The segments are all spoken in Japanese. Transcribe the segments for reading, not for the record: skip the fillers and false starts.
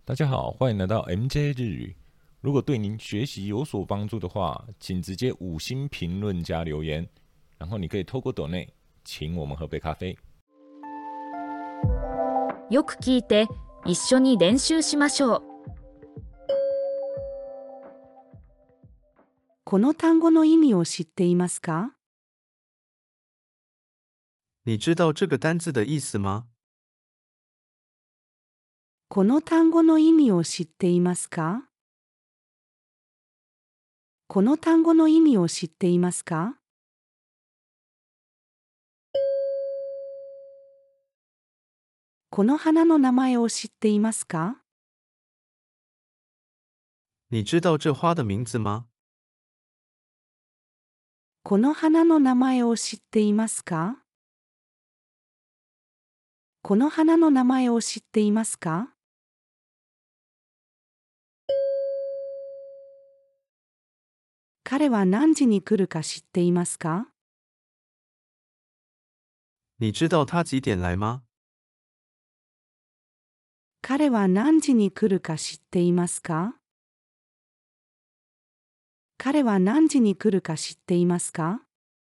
大家好，欢迎来到 MJ 日语。如果对您学习有所帮助的话，请直接五星评论加留言，然后你可以透过抖内请我们喝杯咖啡。 よく聞いて、一緒に練習しましょう。 この単語の意味を知っていますか？ 你知道这个单字的意思吗？ この単語の意味を知っていますか？この単語の意味を知っていますか？この花の名前を知っていますか？ 你知道这花的名字吗？ この花の名前を知っていますか？この花の名前を知っていますか？彼は何時に来るか知っていますか？ 你知道他几点来吗？ 彼は何時に来るか知っていますか？彼は何時に来るか知っていますか？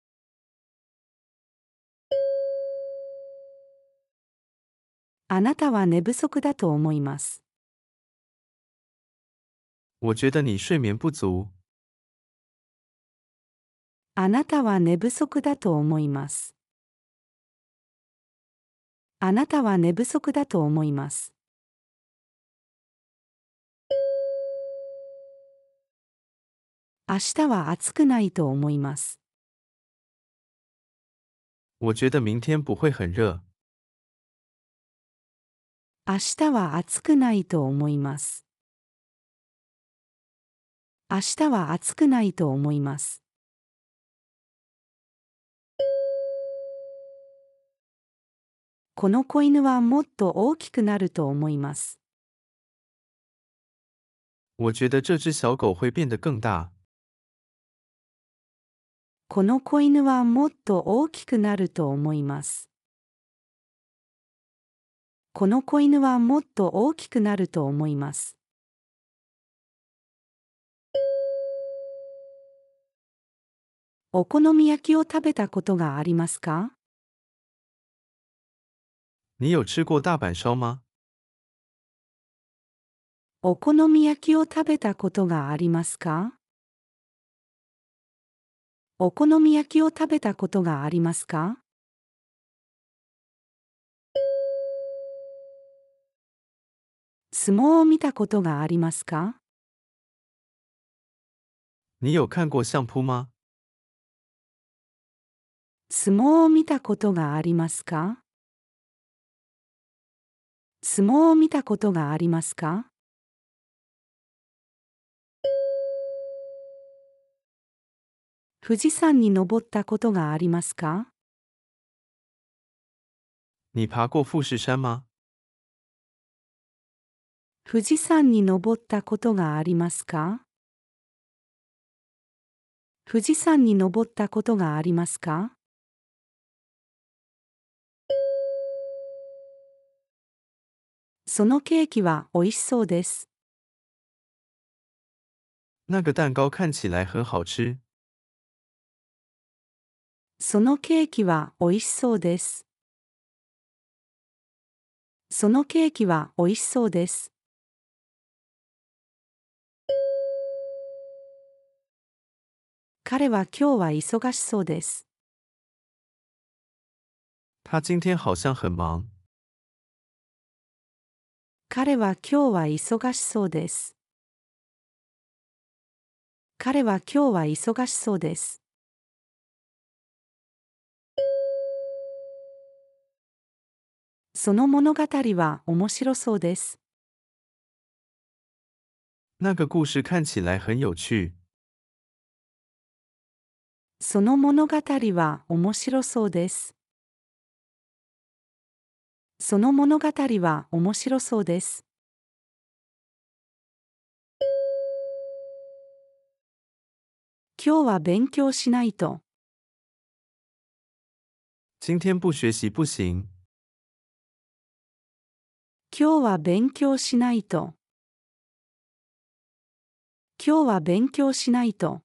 あなたは寝不足だと思います。 我觉得你睡眠不足。 あなたは寝不足だと思います。あなたは寝不足だと思います。明日は暑くないと思います。 我觉得明天不会很热。 明日は暑くないと思います。明日は暑くないと思います。この子犬はもっと大きくなると思います。 我觉得这只小狗会变得更大。 この子犬はもっと大きくなると思います。この子犬はもっと大きくなると思います。お好み焼きを食べたことがありますか？ 你有吃过大阪烧吗？ お好み焼きを食べたことがありますか？お好み焼きを食べたことがありますか？相撲を見たことがありますか？ 你有看过相扑吗？ 相撲を見たことがありますか？相撲を見たことがありますか？富士山に登ったことがありますか？ 你爬过富士山吗？ 富士山に登ったことがありますか？富士山に登ったことがありますか？そのケーキはおいしそうです。 那个蛋糕看起来很好吃。 そのケーキはおいしそうです。そのケーキはおいしそうです。彼は今日は忙しそうです。 他今天好像很忙。 彼は今日は忙しそうです。彼は今日は忙しそうです。その物語は面白そうです。 那个故事看起来很有趣。 その物語は面白そうです。その物語は面白そうです。今日は勉強しないと。 今天不学习不行。 今日は勉強しないと。 今日は勉強しないと。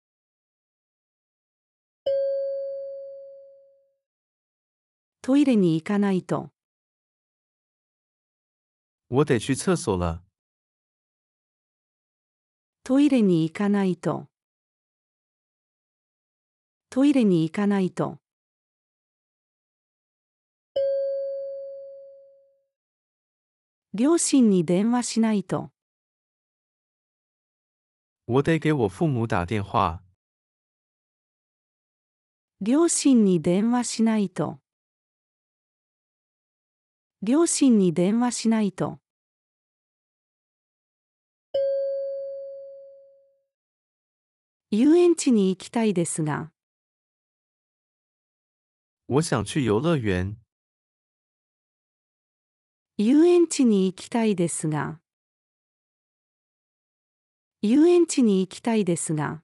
トイレに行かないと。 我得去厕所了。 トイレに行かないと。トイレに行かないと。両親に電話しないと。 我得给我父母打电话。 両親に電話しないと。両親に電話しないと。遊園地に行きたいですが。 我想去游乐园。 遊園地に行きたいですが。遊園地に行きたいですが。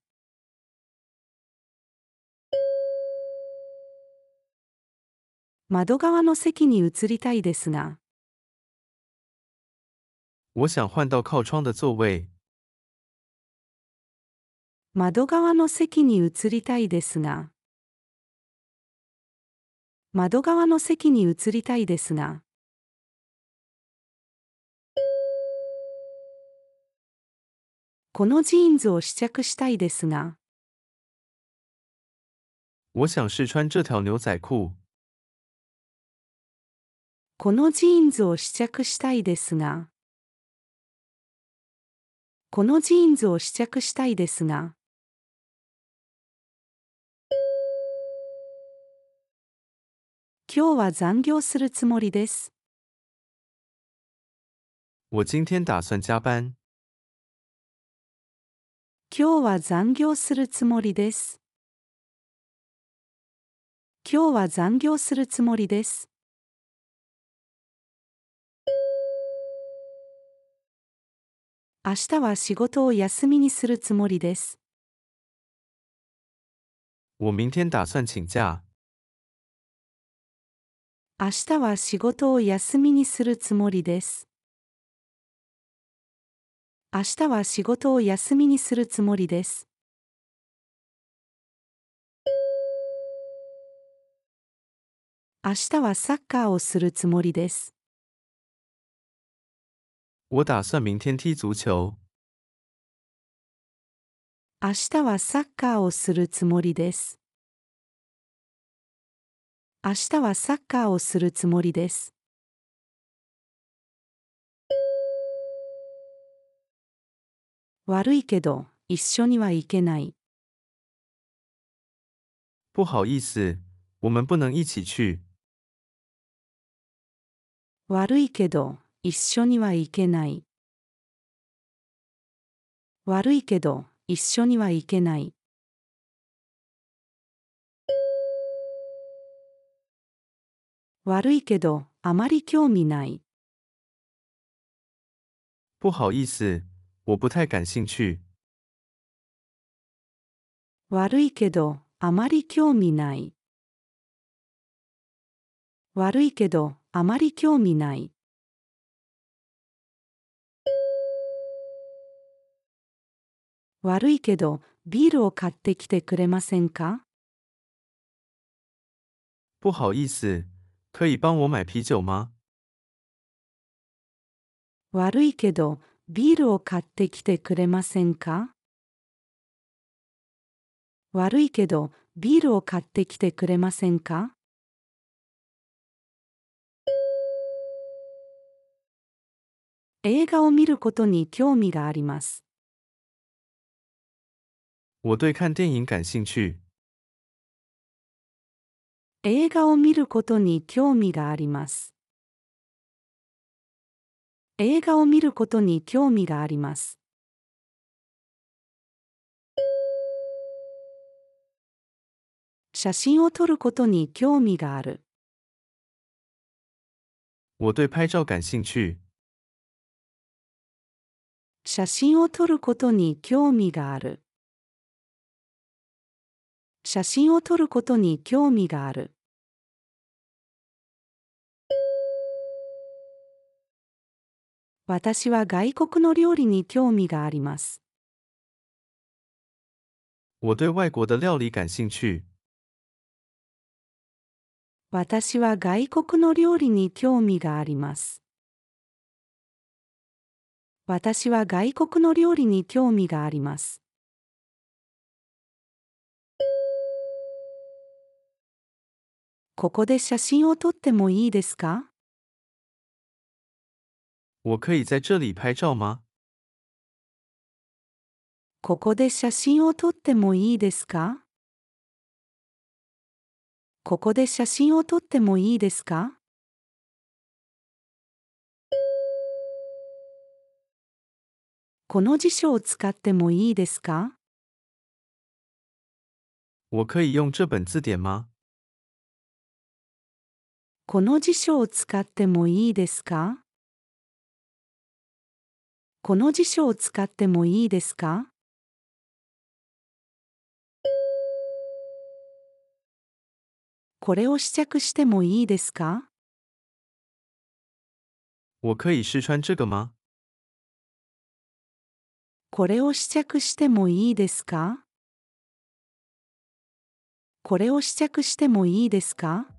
窓側の席に移りたいですが。 我想换到靠窗的座位。 窓側の席に移りたいですが。窓側の席に移りたいですが。このジーンズを試着したいですが。 我想试穿这条牛仔裤。 このジーンズを試着したいですが。このジーンズを試着したいですが。今日は残業するつもりです。 我今天打算加班。 今日は残業するつもりです。今日は残業するつもりです。明日は仕事を休みにするつもりです。 我明天打算请假。 明日は仕事を休みにするつもりです。明日は仕事を休みにするつもりです。明日はサッカーをするつもりです。 我打算明天踢足球。 明日はサッカーをするつもりです。明日はサッカーをするつもりです。悪いけど、一緒には行けない。 不好意思，我们不能一起去。 悪いけど、一緒には行けない。悪いけど、一緒には行けない。悪いけど、あまり興味ない。 不好意思，我不太感兴趣。 悪いけど、あまり興味ない。悪いけど、あまり興味ない。悪いけど、ビールを買ってきてくれませんか？ 不好意思，可以帮我买啤酒吗？ 悪いけど、ビールを買ってきてくれませんか？悪いけど、ビールを買ってきてくれませんか？映画を見ることに興味があります。 我对看电影感兴趣。 映画を見ることに興味があります。映画を見ることに興味があります。写真を撮ることに興味がある。 我对拍照感兴趣。 写真を撮ることに興味がある。写真を撮ることに興味がある。私は外国の料理に興味があります。 我对外国的料理感兴趣。 私は外国の料理に興味があります。私は外国の料理に興味があります。ここで写真を撮ってもいいですか？ 我可以在这里拍照吗？ ここで写真を撮ってもいいですか？ここで写真を撮ってもいいですか？この辞書を使ってもいいですか？ 我可以用这本字典吗？ この辞書を使ってもいいですか？この辞書を使ってもいいですか？これを試着してもいいですか？ 我可以试穿这个吗？ これを試着してもいいですか？これを試着してもいいですか？